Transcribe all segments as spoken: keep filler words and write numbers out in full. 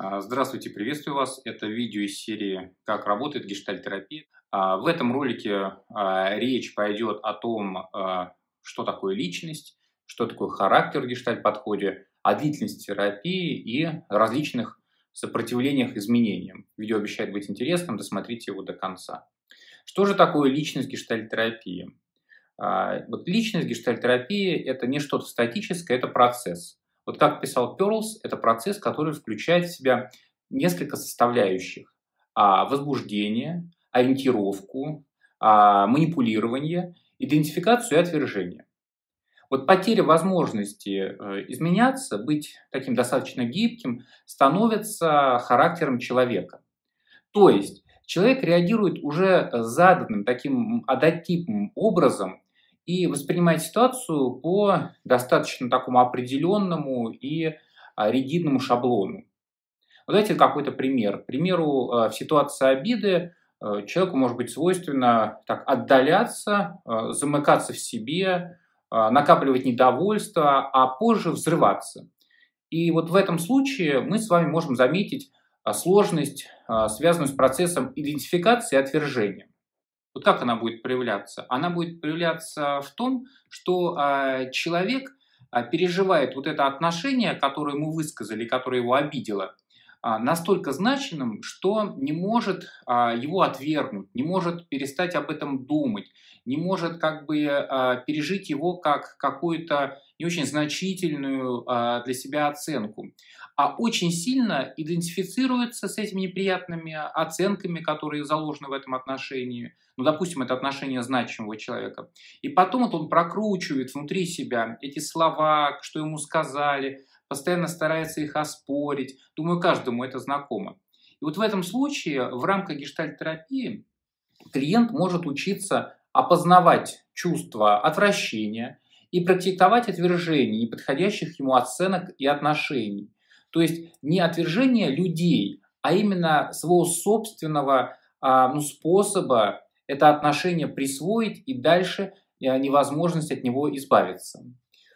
А, Здравствуйте, приветствую вас. Это видео из серии «Как работает гештальт-терапия». А, В этом ролике а, речь пойдет о том, а, что такое личность, что такое характер в гештальт-подходе, о длительности терапии и различных сопротивлениях изменениям. Видео обещает быть интересным, досмотрите его до конца. Что же такое личность гештальт-терапии? А, Вот личность гештальт-терапии– это не что-то статическое, это процесс. Вот как писал Перлс, это процесс, который включает в себя несколько составляющих. А, Возбуждение, ориентировку, а, манипулирование, идентификацию и отвержение. Вот потеря возможности э, изменяться, быть таким достаточно гибким, становится характером человека. То есть человек реагирует уже заданным таким адативным образом и воспринимает ситуацию по достаточно такому определенному и а, ригидному шаблону. Вот давайте какой-то пример. К примеру, э, в ситуации обиды э, человеку может быть свойственно так отдаляться, э, замыкаться в себе, э, накапливать недовольство, а позже взрываться. И вот в этом случае мы с вами можем заметить а, сложность, а, связанную с процессом идентификации и отвержения. Вот как она будет проявляться? Она будет проявляться в том, что а, человек а, переживает вот это отношение, которое ему высказали, которое его обидело, а, настолько значимым, что не может а, его отвергнуть, не может перестать об этом думать, не может как бы а, пережить его как какую-то не очень значительную а, для себя оценку, а очень сильно идентифицируется с этими неприятными оценками, которые заложены в этом отношении. Ну, допустим, это отношение значимого человека. И потом вот он прокручивает внутри себя эти слова, что ему сказали, постоянно старается их оспорить. Думаю, каждому это знакомо. И вот в этом случае в рамках гештальт-терапии клиент может учиться опознавать чувство отвращения и практиковать отвержение неподходящих ему оценок и отношений. То есть не отвержение людей, а именно своего собственного а, ну, способа это отношение присвоить и дальше а, невозможность от него избавиться.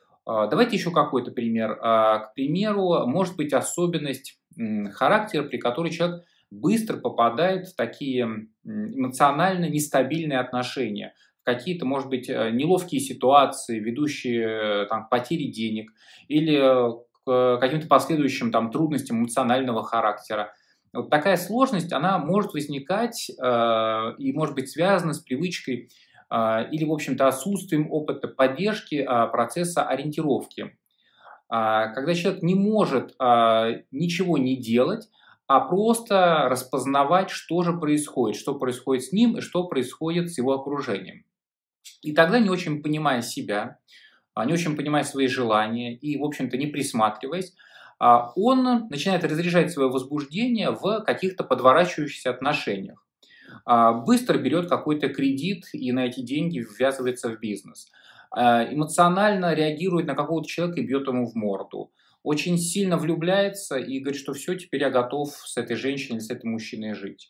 А, Давайте еще какой-то пример. А, К примеру, может быть особенность м, характера, при которой человек быстро попадает в такие м, эмоционально нестабильные отношения, в какие-то, может быть, э, неловкие ситуации, ведущие э, там, к потере денег или э, к каким-то последующим там, трудностям эмоционального характера. Вот такая сложность, она может возникать э, и может быть связана с привычкой а, или, в общем-то, отсутствием опыта поддержки а, процесса ориентировки. А, Когда человек не может а, ничего не делать, а просто распознавать, что же происходит, что происходит с ним и что происходит с его окружением. И тогда, не очень понимая себя, а, не очень понимая свои желания и, в общем-то, не присматриваясь, а, он начинает разряжать свое возбуждение в каких-то подворачивающихся отношениях. А, Быстро берет какой-то кредит и на эти деньги ввязывается в бизнес. А, Эмоционально реагирует на какого-то человека и бьет ему в морду. Очень сильно влюбляется и говорит, что все, теперь я готов с этой женщиной или с этим мужчиной жить.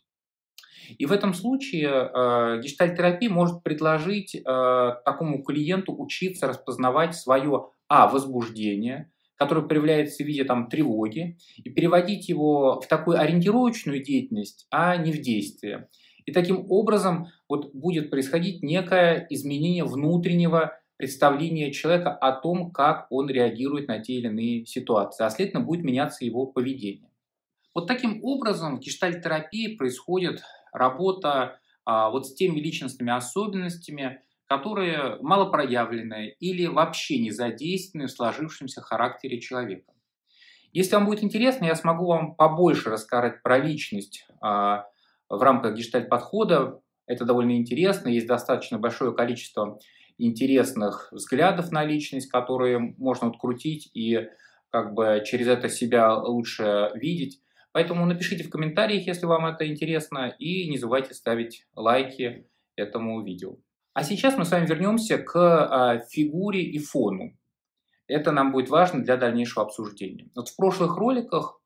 И в этом случае э, гештальт-терапия может предложить э, такому клиенту учиться распознавать свое а, возбуждение, которое проявляется в виде там, тревоги, и переводить его в такую ориентировочную деятельность, а не в действие. И таким образом вот будет происходить некое изменение внутреннего представления человека о том, как он реагирует на те или иные ситуации, а следовательно будет меняться его поведение. Вот таким образом в гештальт-терапии происходит работа а, вот с теми личностными особенностями, которые мало проявлены или вообще не задействованы в сложившемся характере человека. Если вам будет интересно, я смогу вам побольше рассказать про личность а, в рамках гештальт-подхода. Это довольно интересно, есть достаточно большое количество интересных взглядов на личность, которые можно вот крутить и как бы через это себя лучше видеть. Поэтому напишите в комментариях, если вам это интересно, и не забывайте ставить лайки этому видео. А сейчас мы с вами вернемся к а, фигуре и фону. Это нам будет важно для дальнейшего обсуждения. Вот в прошлых роликах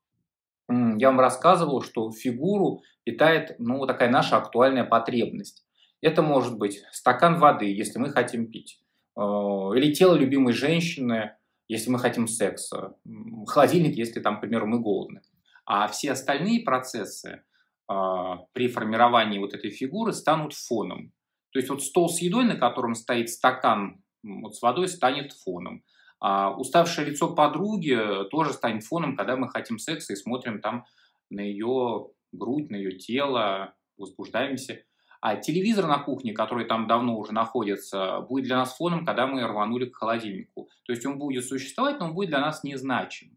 м, я вам рассказывал, что фигуру питает ну, вот такая наша актуальная потребность. Это может быть стакан воды, если мы хотим пить, э, или тело любимой женщины, если мы хотим секса, м, холодильник, если, там, к примеру, мы голодны. а все остальные процессы а, при формировании вот этой фигуры станут фоном. То есть вот стол с едой, на котором стоит стакан вот с водой, станет фоном. А уставшее лицо подруги тоже станет фоном, когда мы хотим секса и смотрим там на ее грудь, на ее тело, возбуждаемся. А телевизор на кухне, который там давно уже находится, будет для нас фоном, когда мы рванули к холодильнику. То есть он будет существовать, но он будет для нас незначим.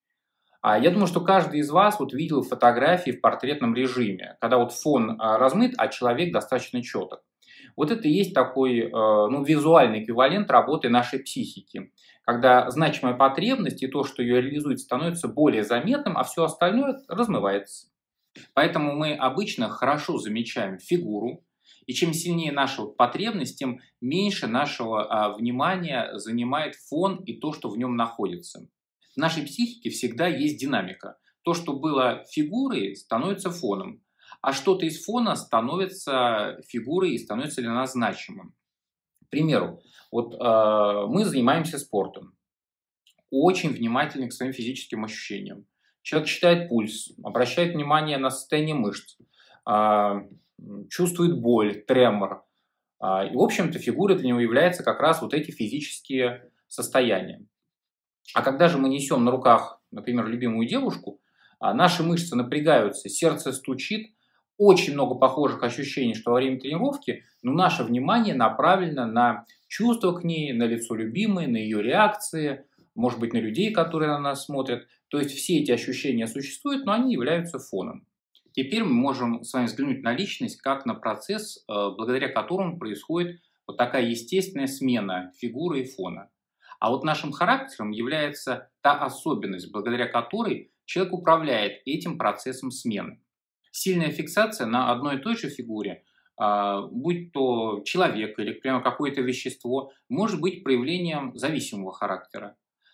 А я думаю, что каждый из вас вот видел фотографии в портретном режиме, когда вот фон а, размыт, а человек достаточно четок. Вот это и есть такой э, ну, визуальный эквивалент работы нашей психики, когда значимая потребность и то, что ее реализует, становится более заметным, а все остальное размывается. Поэтому мы обычно хорошо замечаем фигуру, и чем сильнее наша вот потребность, тем меньше нашего а, внимания занимает фон и то, что в нем находится. В нашей психике всегда есть динамика. То, что было фигурой, становится фоном, а что-то из фона становится фигурой и становится для нас значимым. К примеру, вот э, мы занимаемся спортом, очень внимательны к своим физическим ощущениям. Человек считает пульс, обращает внимание на состояние мышц, э, чувствует боль, тремор. Э, и, в общем-то, фигурой для него являются как раз вот эти физические состояния. А когда же мы несем на руках, например, любимую девушку, э, наши мышцы напрягаются, сердце стучит, очень много похожих ощущений, что во время тренировки, но наше внимание направлено на чувства к ней, на лицо любимой, на ее реакции, может быть, на людей, которые на нас смотрят. То есть все эти ощущения существуют, но они являются фоном. Теперь мы можем с вами взглянуть на личность как на процесс, благодаря которому происходит вот такая естественная смена фигуры и фона. А вот нашим характером является та особенность, благодаря которой человек управляет этим процессом смены. Сильная фиксация на одной и той же фигуре, будь то человек или, например, какое-то вещество, может быть проявлением зависимого характера.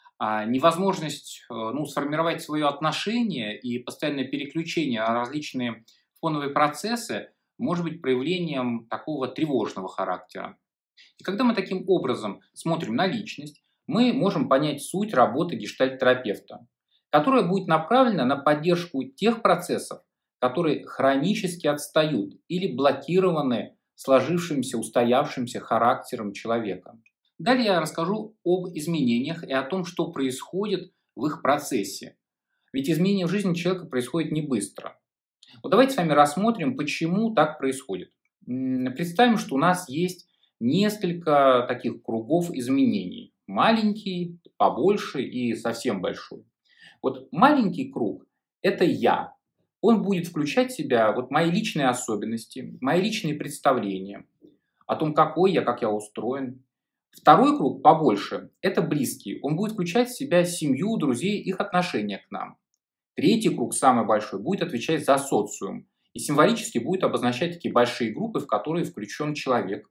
А невозможность ну, сформировать свое отношение и постоянное переключение на различные фоновые процессы может быть проявлением такого тревожного характера. И когда мы таким образом смотрим на личность, мы можем понять суть работы гештальт-терапевта, которая будет направлена на поддержку тех процессов, которые хронически отстают или блокированы сложившимся, устоявшимся характером человека. Далее я расскажу об изменениях и о том, что происходит в их процессе. Ведь изменения в жизни человека происходят не быстро. Вот давайте с вами рассмотрим, почему так происходит. Представим, что у нас есть несколько таких кругов изменений. Маленький, побольше и совсем большой. Вот маленький круг – это я. Он будет включать в себя вот мои личные особенности, мои личные представления о том, какой я, как я устроен. Второй круг, побольше, это близкий. Он будет включать в себя семью, друзей, их отношения к нам. Третий круг, самый большой, будет отвечать за социум. И символически будет обозначать такие большие группы, в которые включен человек.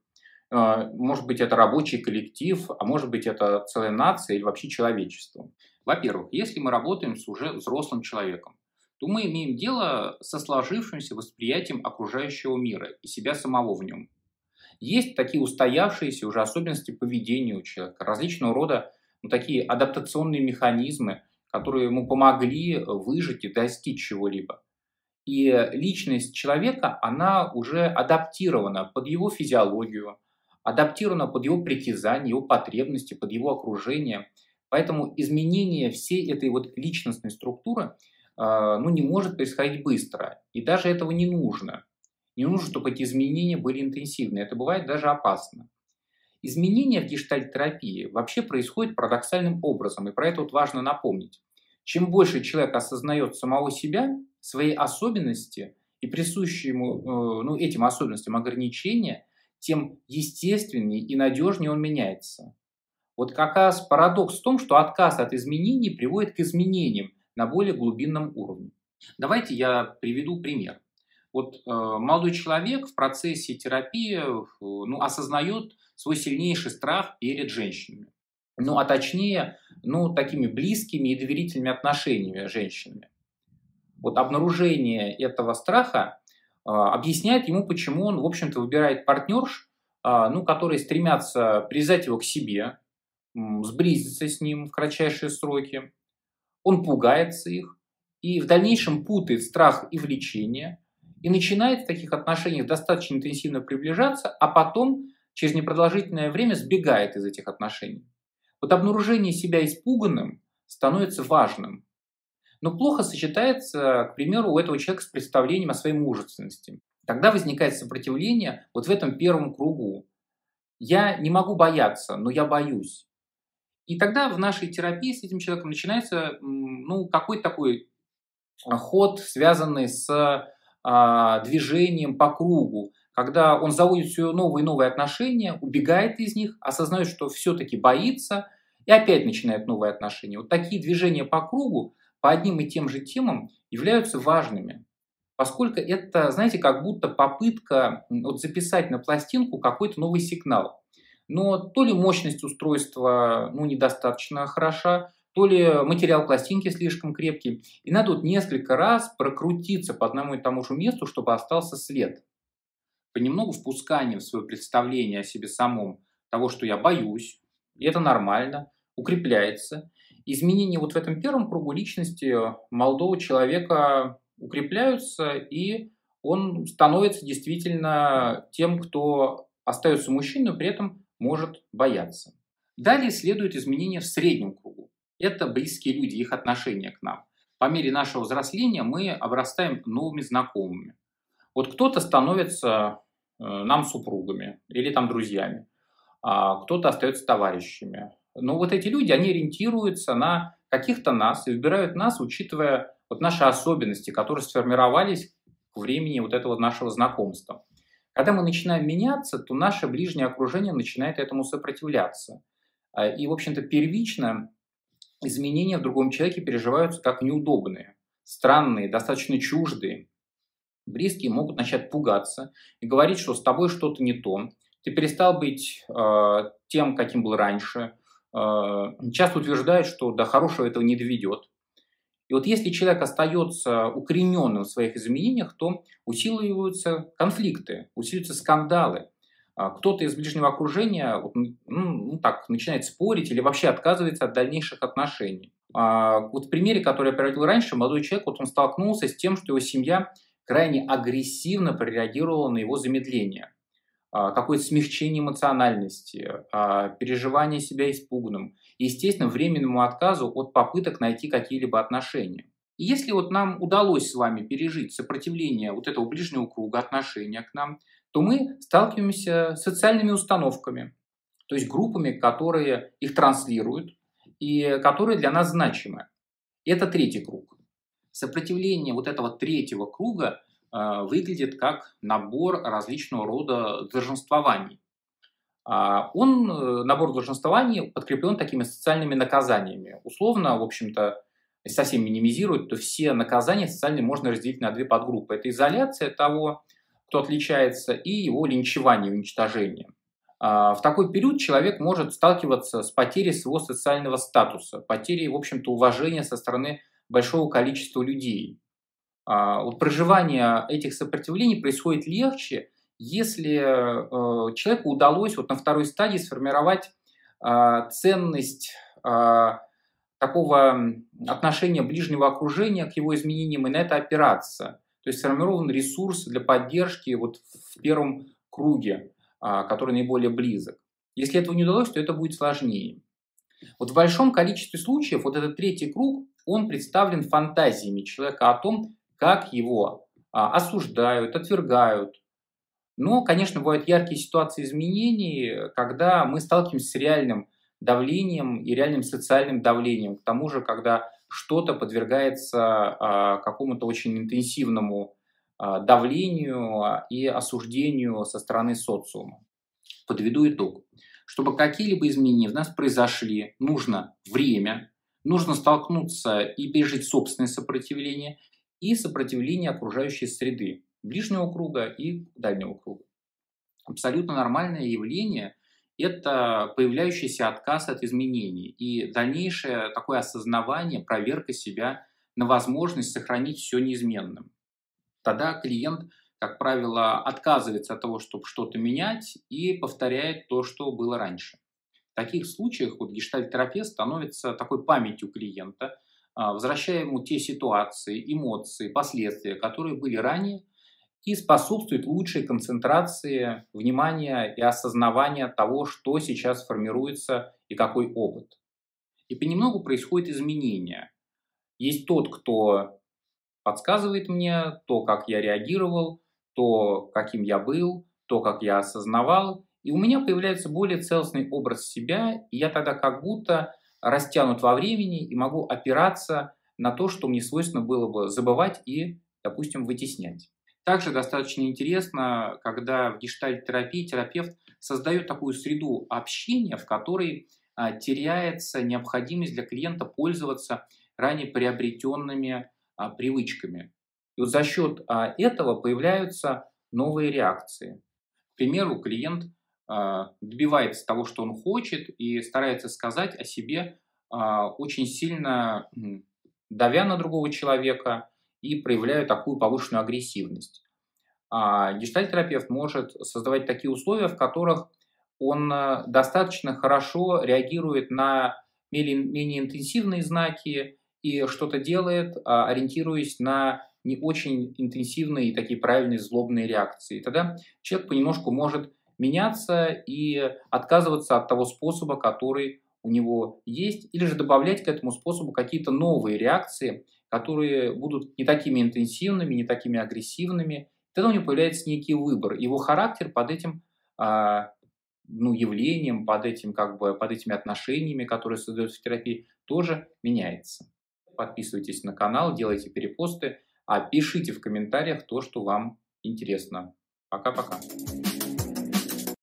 Может быть, это рабочий коллектив, а может быть, это целая нация или вообще человечество. Во-первых, если мы работаем с уже взрослым человеком, то мы имеем дело со сложившимся восприятием окружающего мира и себя самого в нем. Есть такие устоявшиеся уже особенности поведения у человека, различного рода ну, такие адаптационные механизмы, которые ему помогли выжить и достичь чего-либо. И личность человека, она уже адаптирована под его физиологию, адаптирована под его притязания, его потребности, под его окружение. Поэтому изменение всей этой вот личностной структуры ну, не может происходить быстро. И даже этого не нужно. Не нужно, чтобы эти изменения были интенсивны. Это бывает даже опасно. Изменения в гештальт-терапии вообще происходят парадоксальным образом. И про это вот важно напомнить. Чем больше человек осознает самого себя, свои особенности и присущие ему ну, этим особенностям ограничения, тем естественнее и надежнее он меняется. Вот как раз парадокс в том, что отказ от изменений приводит к изменениям на более глубинном уровне. Давайте я приведу пример. Вот э, молодой человек в процессе терапии э, ну, осознает свой сильнейший страх перед женщинами. Ну, а точнее, ну, такими близкими и доверительными отношениями с женщинами. Вот обнаружение этого страха э, объясняет ему, почему он, в общем-то, выбирает партнерш, э, ну, которые стремятся привязать его к себе, э, сблизиться с ним в кратчайшие сроки. Он пугается их, и в дальнейшем путает страх и влечение, и начинает в таких отношениях достаточно интенсивно приближаться, а потом через непродолжительное время сбегает из этих отношений. Вот обнаружение себя испуганным становится важным, но плохо сочетается, к примеру, у этого человека с представлением о своей мужественности. Тогда возникает сопротивление вот в этом первом кругу. Я не могу бояться, но я боюсь. И тогда в нашей терапии с этим человеком начинается ну, какой-то такой ход, связанный с а, движением по кругу, когда он заводит все новые и новые отношения, убегает из них, осознает, что все-таки боится, и опять начинает новые отношения. Вот такие движения по кругу по одним и тем же темам являются важными, поскольку это, знаете, как будто попытка вот, записать на пластинку какой-то новый сигнал. Но то ли мощность устройства ну, недостаточно хороша, то ли материал пластинки слишком крепкий. И надо вот несколько раз прокрутиться по одному и тому же месту, чтобы остался след. Понемногу впускание в свое представление о себе самом того, что я боюсь, и это нормально, укрепляется. Изменения вот в этом первом кругу личности молодого человека укрепляются, и он становится действительно тем, кто остается мужчиной, но при этом может бояться. Далее следует изменения в среднем кругу. Это близкие люди, их отношение к нам. По мере нашего взросления мы обрастаем новыми знакомыми. Вот кто-то становится э, нам супругами или там друзьями, а кто-то остается товарищами. Но вот эти люди, они ориентируются на каких-то нас и выбирают нас, учитывая вот наши особенности, которые сформировались к времени вот этого нашего знакомства. Когда мы начинаем меняться, то наше ближнее окружение начинает этому сопротивляться. И, в общем-то, первично изменения в другом человеке переживаются как неудобные, странные, достаточно чуждые. Близкие могут начать пугаться и говорить, что с тобой что-то не то. Ты перестал быть э, тем, каким был раньше. Э, часто утверждают, что до хорошего этого не доведет. И вот если человек остается укорененным в своих изменениях, то усиливаются конфликты, усиливаются скандалы. Кто-то из ближнего окружения вот, ну, так, начинает спорить или вообще отказывается от дальнейших отношений. Вот в примере, который я приводил раньше, молодой человек вот он столкнулся с тем, что его семья крайне агрессивно прореагировала на его замедление. Какое-то смягчение эмоциональности, переживание себя испуганным и, естественно, временному отказу от попыток найти какие-либо отношения. И если вот нам удалось с вами пережить сопротивление вот этого ближнего круга отношения к нам, то мы сталкиваемся с социальными установками, то есть группами, которые их транслируют и которые для нас значимы. Это третий круг. Сопротивление вот этого третьего круга э, выглядит как набор различного рода долженствований. А он, э, набор долженствований подкреплен такими социальными наказаниями. Условно, в общем-то, если совсем минимизировать, то все наказания социальные можно разделить на две подгруппы. Это изоляция того, кто отличается, и его линчевание, уничтожение. В такой период человек может сталкиваться с потерей своего социального статуса, потерей, в общем-то, уважения со стороны большого количества людей. Вот проживание этих сопротивлений происходит легче, если человеку удалось вот на второй стадии сформировать ценность такого отношения ближнего окружения к его изменениям и на это опираться. То есть сформирован ресурс для поддержки вот в первом круге, который наиболее близок. Если этого не удалось, то это будет сложнее. Вот в большом количестве случаев вот этот третий круг, он представлен фантазиями человека о том, как его осуждают, отвергают. Но, конечно, бывают яркие ситуации изменений, когда мы сталкиваемся с реальным давлением и реальным социальным давлением. К тому же, когда что-то подвергается а, какому-то очень интенсивному а, давлению и осуждению со стороны социума. Подведу итог. Чтобы какие-либо изменения в нас произошли, нужно время, нужно столкнуться и пережить собственное сопротивление и сопротивление окружающей среды, ближнего круга и дальнего круга. Абсолютно нормальное явление – это появляющийся отказ от изменений и дальнейшее такое осознавание, проверка себя на возможность сохранить все неизменным. Тогда клиент, как правило, отказывается от того, чтобы что-то менять, и повторяет то, что было раньше. В таких случаях вот, гештальт-терапевт становится такой памятью клиента, а, возвращая ему те ситуации, эмоции, последствия, которые были ранее, и способствует лучшей концентрации внимания и осознавания того, что сейчас формируется и какой опыт. И понемногу происходит изменение. Есть тот, кто подсказывает мне то, как я реагировал, то, каким я был, то, как я осознавал, и у меня появляется более целостный образ себя, и я тогда как будто растянут во времени и могу опираться на то, что мне свойственно было бы забывать и, допустим, вытеснять. Также достаточно интересно, когда в гештальт-терапии терапевт создает такую среду общения, в которой а, теряется необходимость для клиента пользоваться ранее приобретенными а, привычками. И вот за счет а, этого появляются новые реакции. К примеру, клиент а, добивается того, что он хочет, и старается сказать о себе, а, очень сильно м, давя на другого человека и проявляя такую повышенную агрессивность. А гештальт-терапевт может создавать такие условия, в которых он а, достаточно хорошо реагирует на менее, менее интенсивные знаки и что-то делает, а, ориентируясь на не очень интенсивные и такие правильные злобные реакции. И тогда человек понемножку может меняться и отказываться от того способа, который у него есть, или же добавлять к этому способу какие-то новые реакции, которые будут не такими интенсивными, не такими агрессивными. Тогда у него появляется некий выбор. Его характер под этим а, ну, явлением, под, этим, как бы, под этими отношениями, которые создаются в терапии, тоже меняется. Подписывайтесь на канал, делайте перепосты, а пишите в комментариях то, что вам интересно. Пока-пока.